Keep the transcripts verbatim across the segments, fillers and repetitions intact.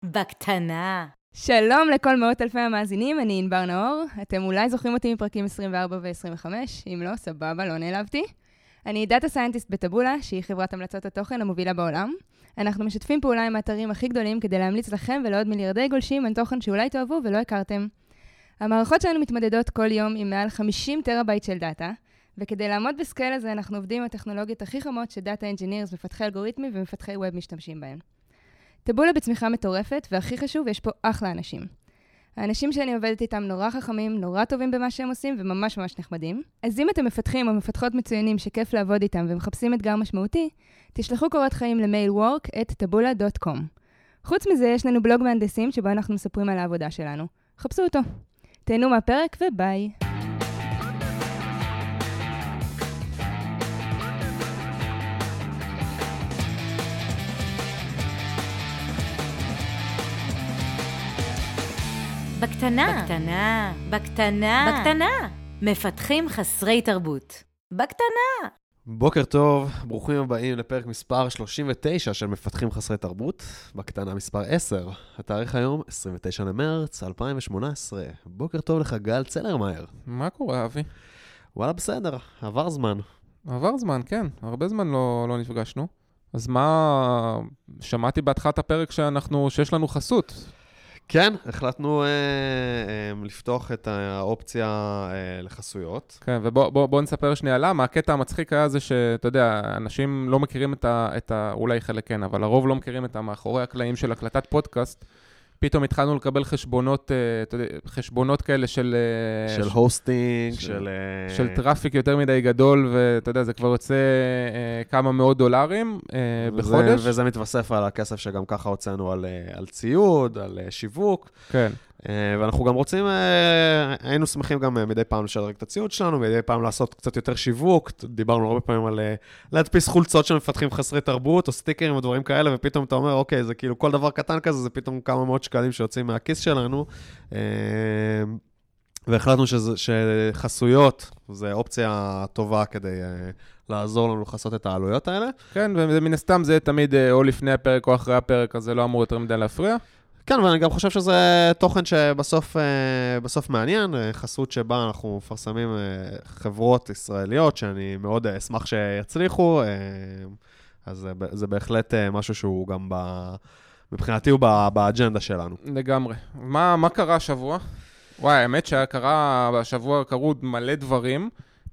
בקטנה. שלום לכל מאות אלפי המאזינים, אני ענבר נאור. אתם אולי זוכרים אותי מפרקים עשרים וארבע ו-עשרים וחמש, אם לא, סבבה, לא נעלבתי. אני דאטה סיינטיסט בטבולה, שהיא חברת המלצות התוכן המובילה בעולם. אנחנו משתפים פעולה עם האתרים הכי גדולים כדי להמליץ לכם ולעוד מיליארדי גולשים על תוכן שאולי תאהבו ולא הכרתם. המערכות שלנו מתמודדות כל יום עם מעל חמישים טראבייט של דאטה, וכדי לעמוד בסקייל הזה אנחנו עובדים עם הטכנולוגיות הכי חמות שדאטה אנג'ינירס, מפתחי אלגוריתמים ומפתחי ווב משתמשים בהן. טבולה בצמיחה מטורפת, והכי חשוב, יש פה אחלה אנשים. האנשים שאני עובדת איתם נורא חכמים, נורא טובים במה שהם עושים, וממש ממש נחמדים. אז אם אתם מפתחים או מפתחות מצוינים שכיף לעבוד איתם ומחפשים אתגר משמעותי, תשלחו קורות חיים למייל וורק את טבולה דוט קום. חוץ מזה, יש לנו בלוג מהנדסים שבו אנחנו מספרים על העבודה שלנו. חפשו אותו. תהנו מהפרק וביי. בקטנה. בקטנה. בקטנה. בקטנה. מפתחים חסרי תרבות. בקטנה. בוקר טוב, ברוכים הבאים לפרק מספר שלושים ותשע של מפתחים חסרי תרבות, בקטנה מספר עשר. התאריך היום עשרים ותשעה למרץ אלפיים ושמונה עשרה. בוקר טוב לך גל צלרמייר. מה קורה אבי? וואלה בסדר, עבר זמן. עבר זמן, כן. הרבה זמן לא, לא נפגשנו. אז מה... שמעתי בהתחלת הפרק שאנחנו, שיש לנו חסות. כן, החלטנו אה, אה, לפתוח את האופציה אה, לחסויות. כן, ובוא בוא, בוא נספר שנייה למה. הקטע המצחיק היה זה שאתה יודע, אנשים לא מכירים את ה, את ה... אולי חלק כן, אבל הרוב לא מכירים את המאחורי הקלעים של הקלטת פודקאסט. פתאום התחלנו לקבל חשבונות, אתה יודע, חשבונות כאלה של... של הוסטינג, של... של, של טראפיק יותר מדי גדול, ואתה יודע, זה כבר יוצא כמה מאות דולרים וזה, בחודש. וזה מתווסף על הכסף שגם ככה הוצאנו על, על ציוד, על שיווק. כן. ואנחנו גם רוצים, היינו שמחים גם מדי פעם לשדרג את הציוד שלנו, מדי פעם לעשות קצת יותר שיווק, דיברנו הרבה פעמים על להדפיס חולצות שמפתחים חסרי תרבות, או סטיקרים או דברים כאלה, ופתאום אתה אומר, אוקיי, זה כאילו כל דבר קטן כזה, זה פתאום כמה מאות שקלים שיוצאים מהכיס שלנו, והחלטנו שזה, שחסויות, זה אופציה טובה כדי לעזור לנו לחסות את העלויות האלה. כן, ומן הסתם זה תמיד או לפני הפרק או אחרי הפרק, אז זה לא אמור יותר מדי להפריע. כן, ואני גם חושב שזה תוכן שבסוף בסוף מעניין, חסות שבה אנחנו מפרסמים חברות ישראליות, שאני מאוד אשמח שיצליחו, אז זה בהחלט משהו שהוא גם מבחינתי הוא באג'נדה שלנו. לגמרי. מה, מה קרה השבוע? וואי, האמת שקרה, השבוע קרו מלא דברים.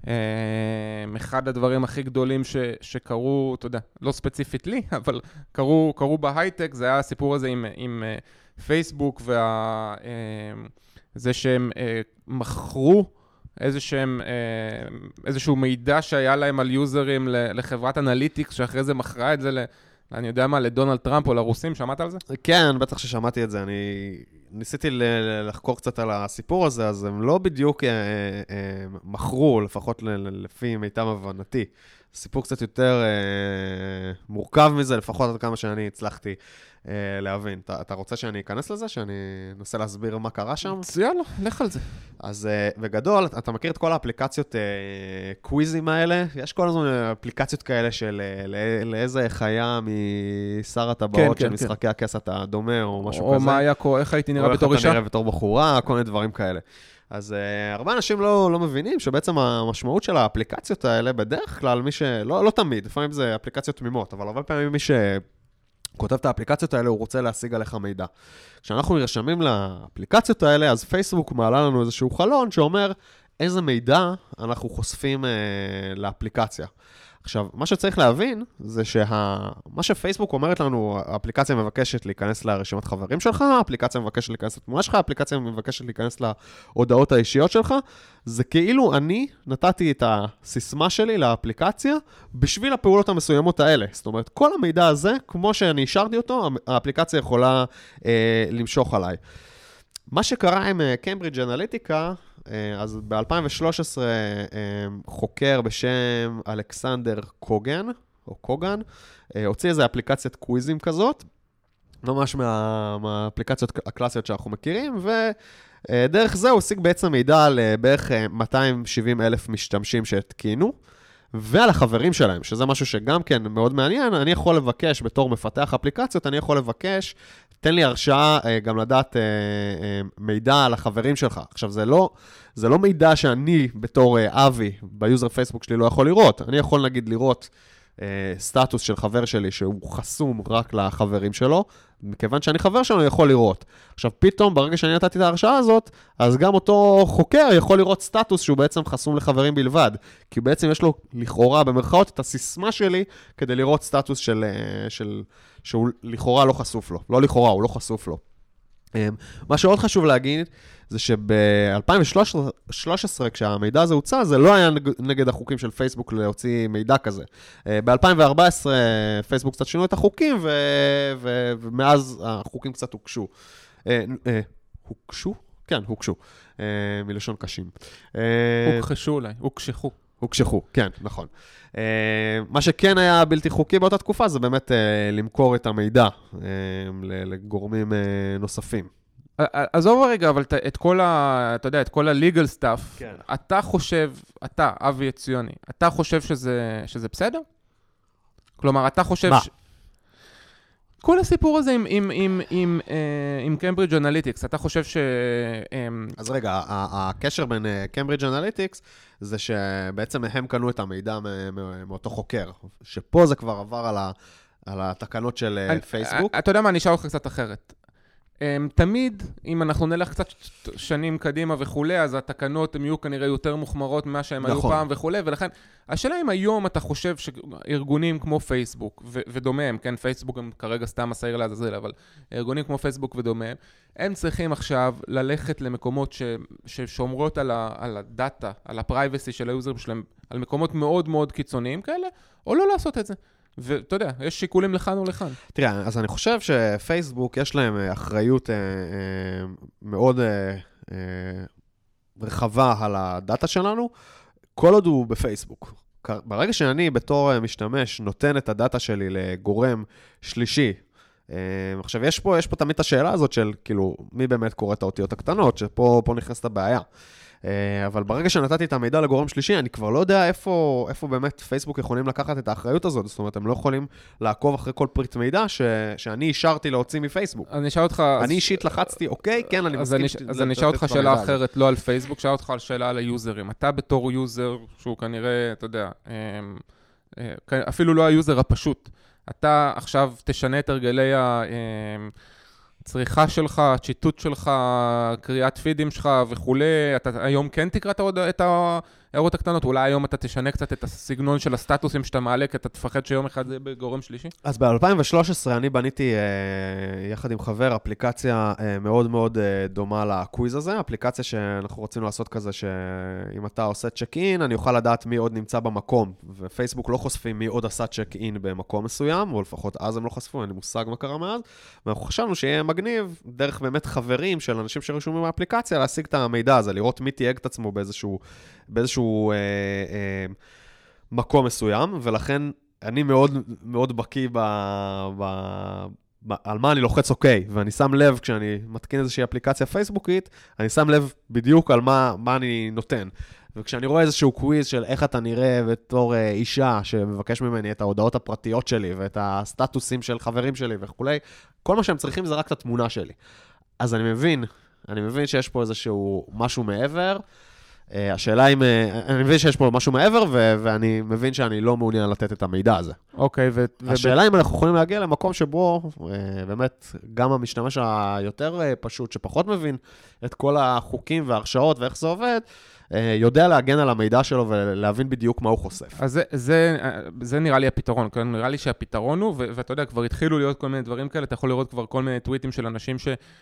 אחד הדברים הכי גדולים ש, שקרו, אתה יודע, לא ספציפית לי, אבל קרו, קרו בהייטק, זה היה הסיפור הזה עם, עם פייסבוק, וה, זה שהם מכרו איזשהם, איזשהו מידע שהיה להם על יוזרים לחברת אנליטיקס, שאחרי זה מכרה את זה ל... אני יודע מה, לדונלד טראמפ או לרוסים, שמעת על זה? כן, בטח ששמעתי את זה. אני ניסיתי לחקור קצת על הסיפור הזה, אז הם לא בדיוק מכרו, לפחות לפי מיטב הבנתי. סיפור קצת יותר מורכב מזה, לפחות עד כמה שאני הצלחתי להבין. אתה רוצה שאני אכנס לזה? שאני אנסה להסביר מה קרה שם? יאללה, לך על זה. אז בגדול, אתה מכיר את כל האפליקציות קוויזים האלה? יש כל הזמן אפליקציות כאלה של לאיזה חיה משר הטבעות של משחקי הכס אתה דומה או משהו כזה. או מה היה, איך הייתי נראה בתור אישה? או איך אתה נראה בתור בחורה, כל מיני דברים כאלה. אז uh, הרבה אנשים לא, לא מבינים שבעצם המשמעות של האפליקציות האלה, בדרך כלל מי ש... לא, לא תמיד, לפעמים זה אפליקציות תמימות, אבל הרבה פעמים מי שכותב את האפליקציות האלה, הוא רוצה להשיג עליך מידע. כשאנחנו נרשמים לאפליקציות האלה, אז פייסבוק מעלה לנו איזשהו חלון שאומר איזה מידע אנחנו חושפים uh, לאפליקציה. עכשיו, מה שצריך להבין זה שמה שפייסבוק אומרת לנו, האפליקציה מבקשת להיכנס לרשימת חברים שלך, האפליקציה מבקשת להיכנס לתמונה שלך, האפליקציה מבקשת להיכנס להודעות האישיות שלך, זה כאילו אני נתתי את הסיסמה שלי לאפליקציה בשביל הפעולות המסוימות האלה. זאת אומרת, כל המידע הזה, כמו שאני השארתי אותו, האפליקציה יכולה אה, למשוך עליי. מה שקרה עם קיימברידג' אנליטיקה, אז ב-אלפיים ושלוש עשרה חוקר בשם אלכסנדר קוגן, או קוגן, הוציא איזו אפליקציית קוויזים כזאת, ממש מה, מהאפליקציות הקלאסיות שאנחנו מכירים, ודרך זה הוא השיג בעצם מידע על בערך מאתיים ושבעים אלף משתמשים שהתקינו, ועל החברים שלהם, שזה משהו שגם כן מאוד מעניין. אני יכול לבקש בתור מפתח אפליקציות, אני יכול לבקש, תן לי הרשאה גם לדעת מידע על החברים שלך. עכשיו, זה לא, זה לא מידע שאני בתור אבי ביוזר פייסבוק שלי לא יכול לראות. אני יכול נגיד לראות סטטוס של חבר שלי שהוא חסום רק לחברים שלו, מכיוון שאני חבר שלו אני יכול לראות. עכשיו פתאום ברגע שאני נתתי את ההרשאה הזאת, אז גם אותו חוקר יכול לראות סטטוס שהוא בעצם חסום לחברים בלבד, כי בעצם יש לו לכאורה במרכאות את הסיסמה שלי כדי לראות סטטוס של, של, שהוא לכאורה לא חשוף לו. לא לכאורה, הוא לא חשוף לו. מה שעוד חשוב להגיד, זה שב-אלפיים ושלוש עשרה, כשהמידע הזה הוצא, זה לא היה נגד החוקים של פייסבוק להוציא מידע כזה. ב-אלפיים וארבע עשרה פייסבוק קצת שינו את החוקים, ומאז החוקים קצת הוקשו. הוקשו? כן, הוקשו. מלשון קשים. הוקשו אולי, הוקשחו. הוקשחו, כן, נכון. Uh, מה שכן היה בלתי חוקי באותה תקופה, זה באמת uh, למכור את המידע uh, לגורמים uh, נוספים. עזוב רגע, אבל את כל ה... אתה יודע, את כל ה-legal stuff, כן. אתה חושב, אתה, אבי ציוני, אתה חושב שזה, שזה בסדר? כלומר, אתה חושב... מה? ש... כל הסיפור הזה עם, עם, עם, עם, עם Cambridge Analytics, אתה חושב ש... אז רגע, הקשר בין Cambridge Analytics זה שבעצם הם קנו את המידע מאותו חוקר, שפה זה כבר עבר על, ה, על התקנות של פייסבוק. אתה יודע מה, אני אשאל אותך קצת אחרת. תמיד, אם אנחנו נלך קצת שנים קדימה וכולי, אז התקנות הן יהיו כנראה יותר מוחמרות ממה שהן היו פעם וכולי, ולכן, השאלה אם היום אתה חושב שארגונים כמו פייסבוק ו- ודומיהם, כן, פייסבוק הם כרגע סתם מסעיר לעזאזל, אבל ארגונים כמו פייסבוק ודומיהם, הם צריכים עכשיו ללכת למקומות ש- ששומרות על, ה- על הדאטה, על הפרייבסי של היוזרים שלהם, על מקומות מאוד מאוד קיצוניים כאלה, או לא לעשות את זה. ואתה יודע, יש שיקולים לכאן ולכאן. תראה, אז אני חושב שפייסבוק יש להם אחריות אה, אה, מאוד אה, אה, רחבה על הדאטה שלנו, כל עוד הוא בפייסבוק. ברגע שאני בתור משתמש נותן את הדאטה שלי לגורם שלישי, אה, עכשיו יש פה, יש פה תמיד את השאלה הזאת של כאילו, מי באמת קורא את האותיות הקטנות, שפה פה נכנסת הבעיה. אבל ברגע שנתתי את המידע לגורם שלישי, אני כבר לא יודע איפה, איפה באמת פייסבוק יכולים לקחת את האחריות הזאת. זאת אומרת, הם לא יכולים לעקוב אחרי כל פריט מידע ש, שאני אישרתי להוציא מפייסבוק. אני אשאל אותך... אני אישית לחצתי, אוקיי, כן, אני מסכים. אז אני אשאל אותך שאלה אחרת, לא על פייסבוק, שאל אותך על שאלה על היוזרים. אתה בתור יוזר, שהוא כנראה, אתה יודע, אפילו לא היוזר הפשוט. אתה עכשיו תשנה את הרגלי ה... צריכה שלך, השיטוט שלך, קריאת פידים שלך וכולי, אתה היום כן תקרא את ההערות הקטנות, אולי היום אתה תשנה קצת את הסגנון של הסטטוסים שאתה מעלה, כי אתה תפחד שיום אחד זה בגורם שלישי? אז ב-אלפיים ושלוש עשרה אני בניתי יחד עם חבר אפליקציה מאוד מאוד דומה לקוויז הזה, אפליקציה שאנחנו רוצים לעשות כזה שאם אתה עושה צ'ק אין, אני אוכל לדעת מי עוד נמצא במקום, ופייסבוק לא חושפים מי עוד עשה צ'ק אין במקום מסוים, או לפחות אז הם לא חשפו, אין לי מושג מה קרה מאז, ואנחנו חשבנו שיהיה מגניב, דרך באמת חברים של אנשים שרשומים באפליקציה, להשיג את המידע הזה, לראות מי תייג את עצמו באיזשהו, באיזשהו אה, אה, מקום מסוים, ולכן אני מאוד, מאוד בקיא ב, ב, ב, על מה אני לוחץ אוקיי, ואני שם לב כשאני מתקין איזושהי אפליקציה פייסבוקית, אני שם לב בדיוק על מה, מה אני נותן. וכשאני רואה איזשהו קוויז של איך אתה נראה בתור אה, אישה שמבקש ממני את ההודעות הפרטיות שלי ואת הסטטוסים של חברים שלי וכולי, כל מה שהם צריכים זה רק את התמונה שלי. אז אני מבין, אני מבין שיש פה איזשהו משהו מעבר, uh, השאלה אם, uh, אני מבין שיש פה משהו מעבר, ו- ואני מבין שאני לא מעוניין לתת את המידע הזה. אוקיי, ו... השאלה וב... אם אנחנו יכולים להגיע למקום שבו, uh, באמת, גם המשתמש היותר uh, פשוט, שפחות מבין את כל החוקים וההרשאות ואיך זה עובד, יודע להגן על המידע שלו ולהבין בדיוק מה הוא חושף. אז זה, זה, זה נראה לי הפתרון, כן? נראה לי שהפתרון הוא, ו- ואתה יודע, כבר התחילו להיות כל מיני דברים כאלה, אתה יכול לראות כבר כל מיני טוויטים של אנשים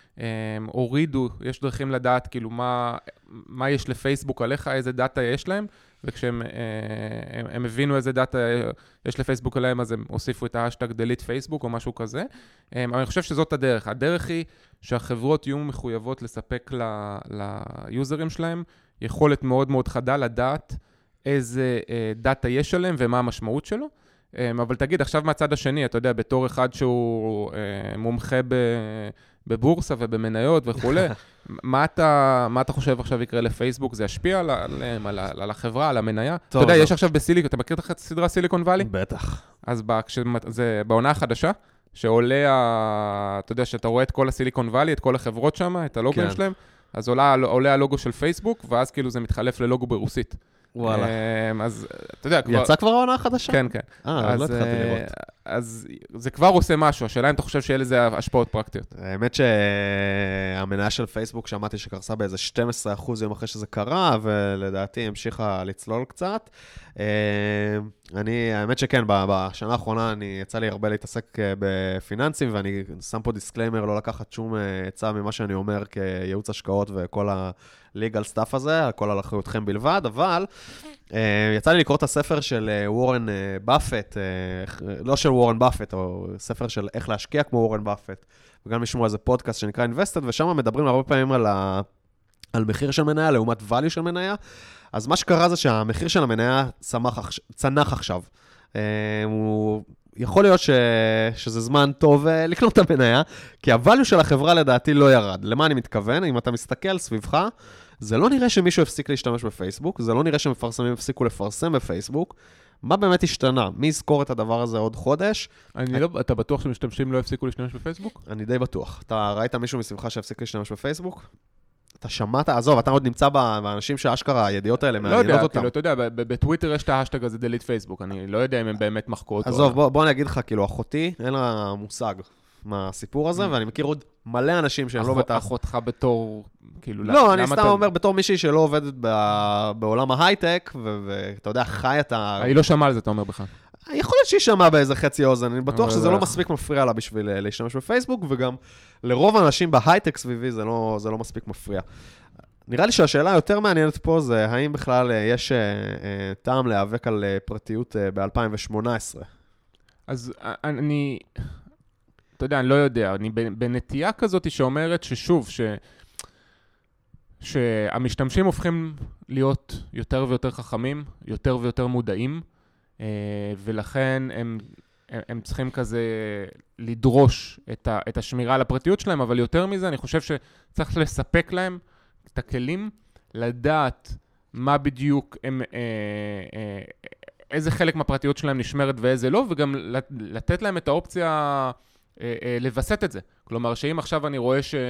שהורידו, יש דרכים לדעת כאילו מה, מה יש לפייסבוק עליך, איזה דאטה יש להם, וכשהם הם, הם הבינו איזה דאטה יש לפייסבוק עליהם, אז הם הוסיפו את ההשטג delete פייסבוק או משהו כזה. אבל אני חושב שזאת הדרך. הדרך היא שהחברות יהיו מחויבות לספק ל- ליוזרים שלהם, יכולת מאוד מאוד חדה לדעת איזה דאטה יש עליהם ומה המשמעות שלו. אבל תגיד, עכשיו מהצד השני, אתה יודע, בתור אחד שהוא מומחה בבורסה ובמניות וכו', מה אתה, מה אתה חושב עכשיו יקרה לפייסבוק? זה ישפיע עליהם, על, על החברה, על המניה? אתה יודע, יש עכשיו בסיליקון, אתה מכיר את הסדרה סיליקון ואלי? בטח. אז זה בעונה החדשה, שעולה, ה... אתה יודע, שאתה רואה את כל הסיליקון ואלי, את כל החברות שם, את הלוגוים כן. שלהם, אז עולה, עולה הלוגו של פייסבוק, ואז כאילו זה מתחלף ללוגו ברוסית. וואלה. אז אתה יודע, כבר... יצא כבר העונה החדשה? כן, כן. אה, אז לא התחלתי לראות. אז זה כבר עושה משהו, השאלה אם אתה חושב שיהיה לזה השפעות פרקטיות. האמת שהמניה של פייסבוק, שמעתי שקרסה באיזה שנים עשר אחוז יום אחרי שזה קרה, ולדעתי המשיכה לצלול קצת. אני, האמת שכן, בשנה האחרונה אני יצא לי הרבה להתעסק בפיננסים, ואני שם פה דיסקליימר, לא לקחת שום עצה ממה שאני אומר כייעוץ השקעות וכל ה-legal stuff הזה, הכל על אחריותכם בלבד, אבל יצא לי לקרוא את הספר של וורן באפט, לא של וורן באפט, או ספר של איך להשקיע כמו וורן באפט, וגם לשמוע איזה פודקאסט שנקרא Invested, ושם מדברים הרבה פעמים על, ה... על מחיר של מניה, לעומת value של מניה. אז מה שקרה זה שהמחיר של המניה צמח, צנח עכשיו. הוא... יכול להיות ש... שזה זמן טוב לקנות את המניה, כי ה-value של החברה לדעתי לא ירד. למה אני מתכוון? אם אתה מסתכל סביבך, זה לא נראה שמישהו הפסיק להשתמש בפייסבוק, זה לא נראה שמפרסמים הפסיקו לפרסם בפייסבוק. מה באמת השתנה? מי יזכור את הדבר הזה עוד חודש? אני לא, אתה בטוח שמשתמשים לא הפסיקו להשתמש בפייסבוק? אני די בטוח. אתה ראית מישהו מסביבך שהפסיק להשתמש בפייסבוק? אתה שמעת? עזוב, אתה עוד נמצא באנשים שהאשכרה, הידיעות האלה מעניינות אותם. לא יודע, כאילו, אתה יודע, בטוויטר יש את ההשטג הזה דליט פייסבוק, אני לא יודע אם הם באמת מחקו אותו. עזוב, בוא, בוא אני אגיד לך, כאילו, אחותי, אין לה מושג מהסיפור הזה, ואני מכיר עוד מלא אנשים שהם לא בתא... אחותך בתור, כאילו, לא, אני סתם אומר, בתור מישהי שלא עובדת בעולם ההייטק, ואתה יודע, חי את ה... היא לא שמעה על זה, אתה אומר בכלל. יכול להיות שהיא שמעה באיזה חצי אוזן, אני בטוח שזה לא מספיק מפריע לה בשביל להשתמש בפייסבוק, וגם לרוב האנשים בהייטק סביבי זה לא, זה לא מספיק מפריע. נראה לי שהשאלה היותר מעניינת פה זה, האם בכלל יש טעם להיאבק על פרטיות ב-אלפיים שמונה עשרה? אז אני, אתה יודע, אני לא יודע, אני בנטייה כזאת שאומרת ששוב, ש... שהמשתמשים הופכים להיות יותר ויותר חכמים, יותר ויותר מודעים, ולכן הם, הם צריכים כזה לדרוש את, ה, את השמירה על הפרטיות שלהם, אבל יותר מזה אני חושב שצריך לספק להם את הכלים, לדעת מה בדיוק הם, איזה חלק מהפרטיות שלהם נשמרת ואיזה לא, וגם לתת להם את האופציה לבסט את זה. כלומר, שאם עכשיו אני רואה ש...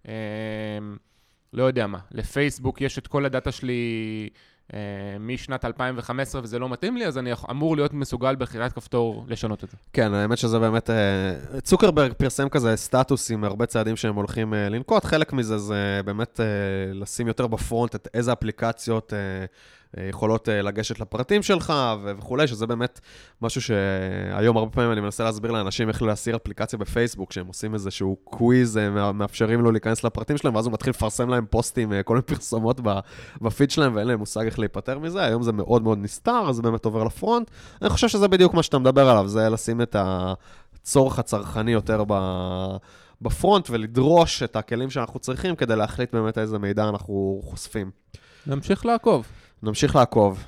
לא יודע מה, לפייסבוק יש את כל הדאטה שלי משנת אלפיים וחמש עשרה וזה לא מתאים לי, אז אני אמור להיות מסוגל בחירת כפתור לשנות את זה. כן, האמת שזה באמת, צוקרברג פרסם כזה סטטוס עם הרבה צעדים שהם הולכים לנקוט, חלק מזה זה באמת לשים יותר בפרונט את איזה אפליקציות יכולות לגשת לפרטים שלך וכולי, שזה באמת משהו שהיום הרבה פעמים אני מנסה להסביר לאנשים איך להסיר אפליקציה בפייסבוק, שהם עושים איזשהו קוויז, מאפשרים לו להיכנס לפרטים שלהם, ואז הוא מתחיל לפרסם להם פוסטים, כל מיני פרסומות בפיד שלהם, ואין להם מושג איך להיפטר מזה. היום זה מאוד מאוד נסתר, אז זה באמת עובר לפרונט. אני חושב שזה בדיוק מה שאתה מדבר עליו, זה לשים את הצורך הצרכני יותר בפרונט, ולדרוש את הכלים שאנחנו צריכים, כדי להחליט באמת איזה מידע אנחנו חושפים. נמשיך לעקוב. נמשיך לעקוב.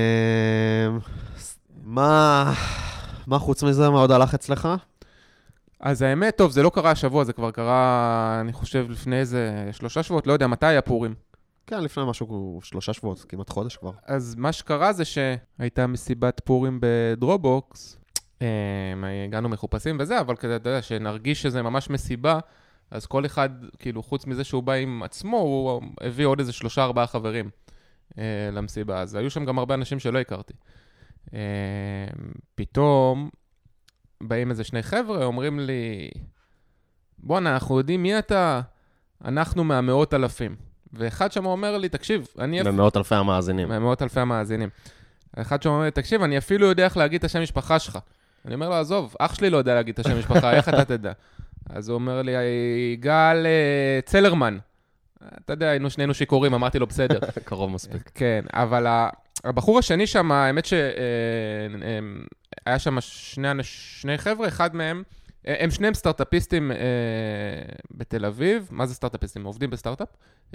מה, מה חוץ מזה, מה עוד הלך אצלך? אז האמת, טוב, זה לא קרה השבוע, זה כבר קרה, אני חושב, לפני איזה שלושה שבועות, לא יודע, מתי היה פורים? כן, לפני משהו, שלושה שבועות, כמעט חודש כבר. אז מה שקרה זה שהייתה מסיבת פורים בדרובוקס, הגענו מחופשים וזה, אבל כדי, אתה יודע, שנרגיש שזה ממש מסיבה, אז כל אחד, כאילו, חוץ מזה שהוא בא עם עצמו, הוא הביא עוד איזה שלושה, ארבעה חברים. למסיבה, אז היו שם גם הרבה אנשים שלא הכרתי. פתאום באים איזה שני חבר'ה, אומרים לי, בוא'נה, אנחנו יודעים מי אתה? אנחנו מהמאות אלפים. ואחד שם אומר לי, תקשיב, אני... ממאות אלפי המאזינים. ממאות אלפי המאזינים. אחד שם אומר לי, תקשיב, אני אפילו יודע איך להגיד את השם משפחה שלך. אני אומר לו, עזוב, אח שלי לא יודע להגיד את השם משפחה, איך אתה תדע? אז הוא אומר לי, גל צלרמן. אתה יודע, היינו שנינו שיקורים, אמרתי לו בסדר. קרוב מספיק. כן, אבל הבחור השני שם, האמת שהיה שם שני, שני חבר'ה, אחד מהם, הם שניהם סטארט-אפיסטים בתל אביב. מה זה סטארט-אפיסטים? עובדים בסטארט-אפ.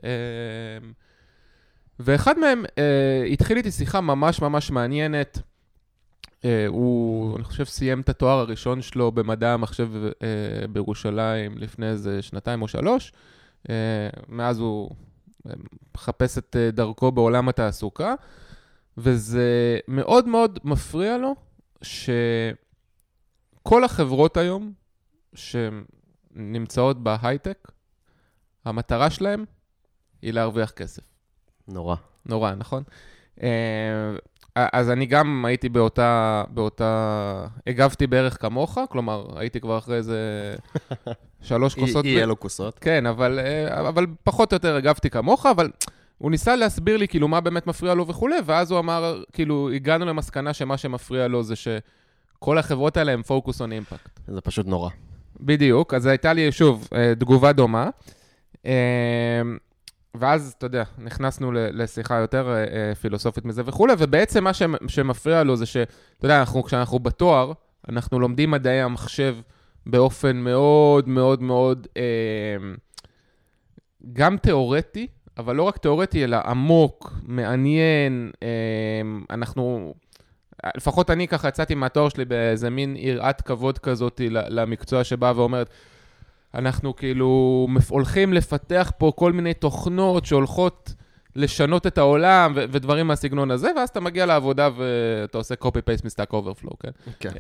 ואחד מהם התחיל איתי שיחה ממש ממש מעניינת. הוא, אני חושב, סיים את התואר הראשון שלו במדע המחשב בירושלים לפני איזה שנתיים או שלוש. מאז הוא מחפש את דרכו בעולם התעסוקה, וזה מאוד מאוד מפריע לו שכל החברות היום שנמצאות בהייטק, המטרה שלהם היא להרוויח כסף. נורא. נורא, נכון? אז אני גם הייתי באותה, באותה, הגבתי בערך כמוך, כלומר, הייתי כבר אחרי איזה שלוש כוסות. אי אלו כוסות. כן, אבל, אבל פחות או יותר הגבתי כמוך, אבל הוא ניסה להסביר לי כאילו מה באמת מפריע לו וכו', ואז הוא אמר, כאילו, הגענו למסקנה שמה שמפריע לו זה שכל החברות האלה הם פוקוס און אימפקט. זה פשוט נורא. בדיוק, אז הייתה לי שוב תגובה דומה. ואז, אתה יודע, נכנסנו לשיחה יותר פילוסופית מזה וכו', ובעצם מה שמפריע לו זה ש, אתה יודע, אנחנו, כשאנחנו בתואר, אנחנו לומדים מדעי המחשב באופן מאוד מאוד מאוד, גם תיאורטי, אבל לא רק תיאורטי, אלא עמוק, מעניין, אנחנו, לפחות אני ככה יצאתי מהתואר שלי באיזה מין יראת כבוד כזאת למקצוע שבא ואומרת, אנחנו כאילו הולכים לפתח פה כל מיני תוכנות שהולכות לשנות את העולם ו- ודברים מהסגנון הזה, ואז אתה מגיע לעבודה ואתה עושה copy-paste מ-Stack Overflow, כן? כן.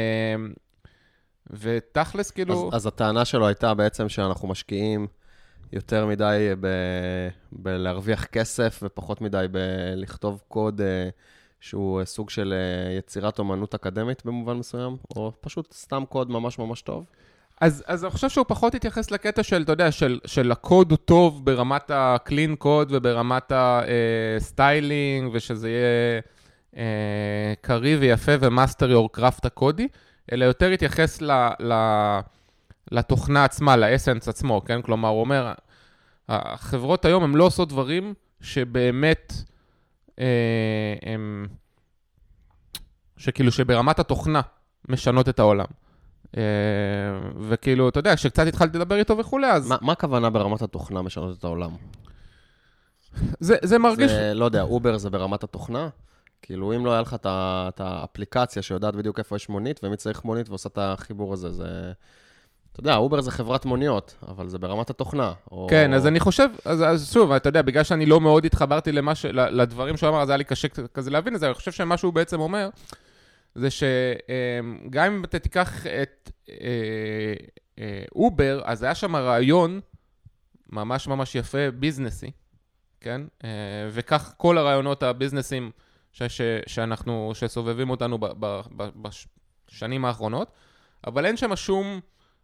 ותכלס כאילו... אז, אז הטענה שלו הייתה בעצם שאנחנו משקיעים יותר מדי ב- בלהרוויח כסף ופחות מדי בלכתוב קוד שהוא סוג של יצירת אומנות אקדמית במובן מסוים, או פשוט סתם קוד ממש ממש טוב. אז, אז אני חושב שהוא פחות התייחס לקטע של, אתה יודע, של, של הקוד הוא טוב ברמת ה-clean code וברמת ה-styling, ושזה יהיה אה, קרי ויפה ומאסטר יור קראפט הקודי, אלא יותר התייחס ל, ל, לתוכנה עצמה, לאסנס עצמו, כן? כלומר, הוא אומר, החברות היום הן לא עושות דברים שבאמת, אה, הם, שכאילו שברמת התוכנה משנות את העולם. וכאילו, אתה יודע, כשקצת התחלתי לדבר איתו וכולי, אז... מה הכוונה ברמת התוכנה משנות את העולם? זה, זה מרגיש... זה, לא יודע, אובר זה ברמת התוכנה? כאילו, אם לא היה לך את האפליקציה שיודעת בדיוק איפה יש מונית, ומי צריך מונית ועושה את החיבור הזה, זה... אתה יודע, אובר זה חברת מוניות, אבל זה ברמת התוכנה. כן, אז אני חושב, אז שוב, אתה יודע, בגלל שאני לא מאוד התחברתי לדברים שהוא אמר, אז היה לי קשה כזה להבין את זה, אני חושב שמה שהוא בעצם אומר, זה שגם אם אתה תיקח את אובר, אז היה שם רעיון ממש ממש יפה, ביזנסי, כן? וכך כל הרעיונות הביזנסים שאנחנו, שסובבים אותנו בשנים האחרונות, אבל אין שם שום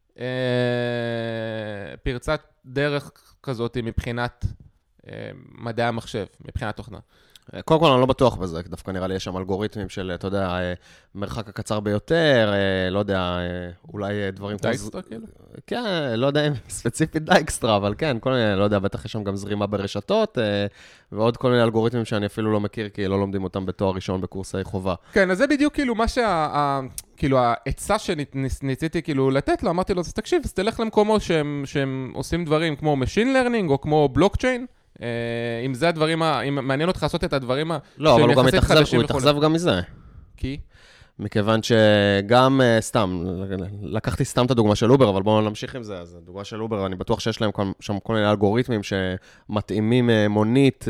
פרצת דרך כזאת מבחינת מדעי המחשב, מבחינת תוכנה. קודם כל, אני לא בטוח בזה, דווקא נראה לי יש שם אלגוריתמים של, אתה יודע, מרחק הקצר ביותר, לא יודע, אולי דברים... דייקסטרה כאילו? כן, לא יודע אם ספציפית דייקסטרה, אבל כן, כל מיני, לא יודע, בטח יש שם גם זרימה ברשתות, ועוד כל מיני אלגוריתמים שאני אפילו לא מכיר, כי לא לומדים אותם בתואר ראשון בקורסי חובה. כן, אז זה בדיוק כאילו מה שה... כאילו, העצה שניסיתי כאילו לתת לו, אמרתי לו, אז תקשיב, אז תלך למקומות שהם עושים דברים כמו Machine Learning או כמו Blockchain, אם זה הדברים, אם מעניין אותך לעשות את הדברים לא, אבל הוא גם מתאכזב גם מזה. כי? מכיוון שגם סתם, לקחתי סתם את הדוגמה של אובר, אבל בואו נמשיך עם זה. אז הדוגמה של אובר, אני בטוח שיש להם שם כל מיני אלגוריתמים שמתאימים מונית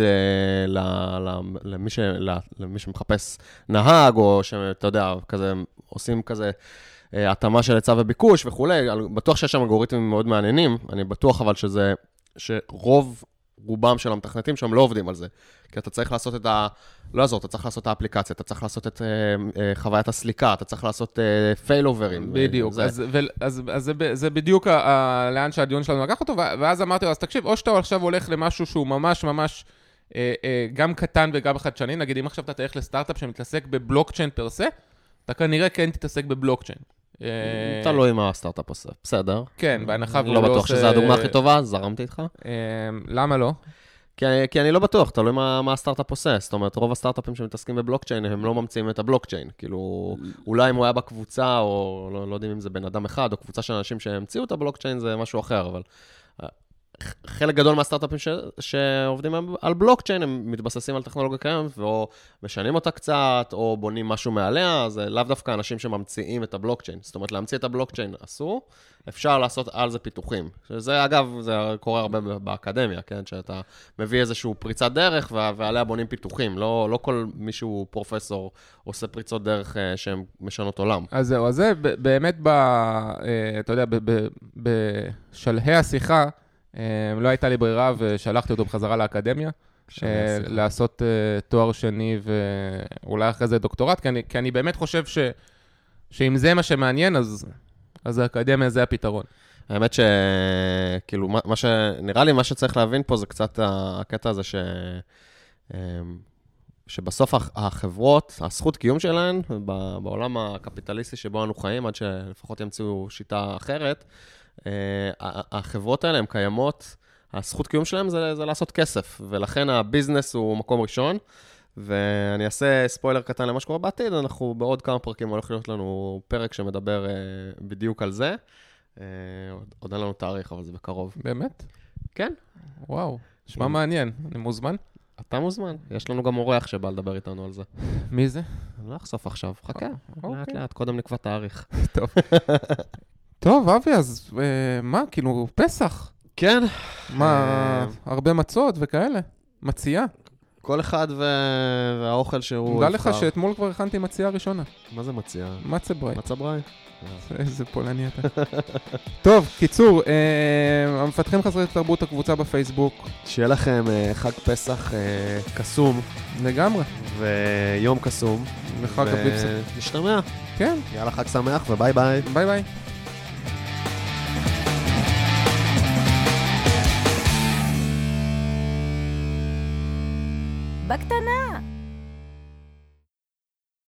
למי שמחפש נהג, או שאתה יודע, כזה, עושים כזה התאמה של היצע וביקוש וכולי. בטוח שיש שם אלגוריתמים מאוד מעניינים, אני בטוח אבל שזה, שרוב רובם של המתכנתים שהם לא עובדים על זה. כי אתה צריך לעשות את ה... לא יעזור, אתה צריך לעשות את האפליקציה, אתה צריך לעשות את uh, uh, חוויית הסליקה, אתה צריך לעשות פיילוברים. Uh, בדיוק, זה. אז, ו, אז, אז זה, זה בדיוק ה, ה, לאן שהדיון שלנו לקח אותו, ואז אמרתי לו, אז תקשיב, או שאתה עכשיו הולך למשהו שהוא ממש ממש uh, uh, גם קטן וגם חדשני, נגיד אם עכשיו אתה תלך לסטארט-אפ שמתעסק בבלוקצ'יין פרסה, אתה כנראה כן תתעסק בבלוקצ'יין. תלוי מה הסטארט-אפ עושה, בסדר. כן, בהנחה לא בטוח שזו הדוגמה הכי טובה, זרמתי איתך. למה לא? כי אני לא בטוח, תלוי מה הסטארט-אפ עושה. זאת אומרת, רוב הסטארט-אפים שמתעסקים בבלוקצ'יין, הם לא ממציאים את הבלוקצ'יין. כאילו, אולי אם הוא היה בקבוצה, או לא יודעים אם זה בן אדם אחד, או קבוצה של אנשים שהמציאו את הבלוקצ'יין, זה משהו אחר, אבל חלק גדול מהסטארט-אפים ש... שעובדים על בלוקצ'יין, הם מתבססים על טכנולוגיה קיימת, או משנים אותה קצת, או בונים משהו מעליה, אז לאו דווקא אנשים שממציאים את הבלוקצ'יין. זאת אומרת, להמציא את הבלוקצ'יין אסור, אפשר לעשות על זה פיתוחים. שזה, אגב, זה קורה הרבה באקדמיה, כן? שאתה מביא איזשהו פריצת דרך, ועליה בונים פיתוחים. לא, לא כל מישהו פרופסור עושה פריצות דרך שהן משנות עולם. אז זהו, אז זה באמת, ב, אתה יודע, בשלהי השיחה, לא הייתה לי ברירה ושלחתי אותו בחזרה לאקדמיה, לעשות תואר שני ואולי אחרי זה דוקטורט, כי אני, כי אני באמת חושב ש, שאם זה מה שמעניין, אז, אז האקדמיה זה הפתרון. האמת שכאילו, מה שנראה לי, מה שצריך להבין פה זה קצת הקטע הזה ש... שבסוף החברות, הזכות קיום שלהן, בעולם הקפיטליסטי שבו אנו חיים, עד שלפחות ימצאו שיטה אחרת, החברות האלה הן קיימות, הזכות קיום שלהן זה, זה לעשות כסף, ולכן הביזנס הוא מקום ראשון, ואני אעשה ספוילר קטן למה שקורה בעתיד, אנחנו בעוד כמה פרקים הולך להיות לנו פרק שמדבר בדיוק על זה, עוד אין לנו תאריך, אבל זה בקרוב. באמת? כן. וואו, נשמע מעניין, אני מוזמן? אתה מוזמן, יש לנו גם אורח שבא לדבר איתנו על זה. מי זה? אני לא אחשוף עכשיו, חכה, לאט לאט, קודם נקבע תאריך. טוב. טוב, אבי, אז מה, כאילו, פסח? כן. מה, הרבה מצות וכאלה? מציאה? כל אחד והאוכל שהוא... נדע לך שאתמול כבר הכנתי מציאה ראשונה. מה זה מציאה? מצה ברי. מצה ברי. איזה פולני אתה. טוב, קיצור, המפתחים חסרי תרבות הקבוצה בפייסבוק. שיהיה לכם חג פסח קסום. לגמרי. ויום קסום. וחג הביפסה. ונשתמע. כן. יאללה, חג שמח וביי ביי. ביי ביי. בקטנה.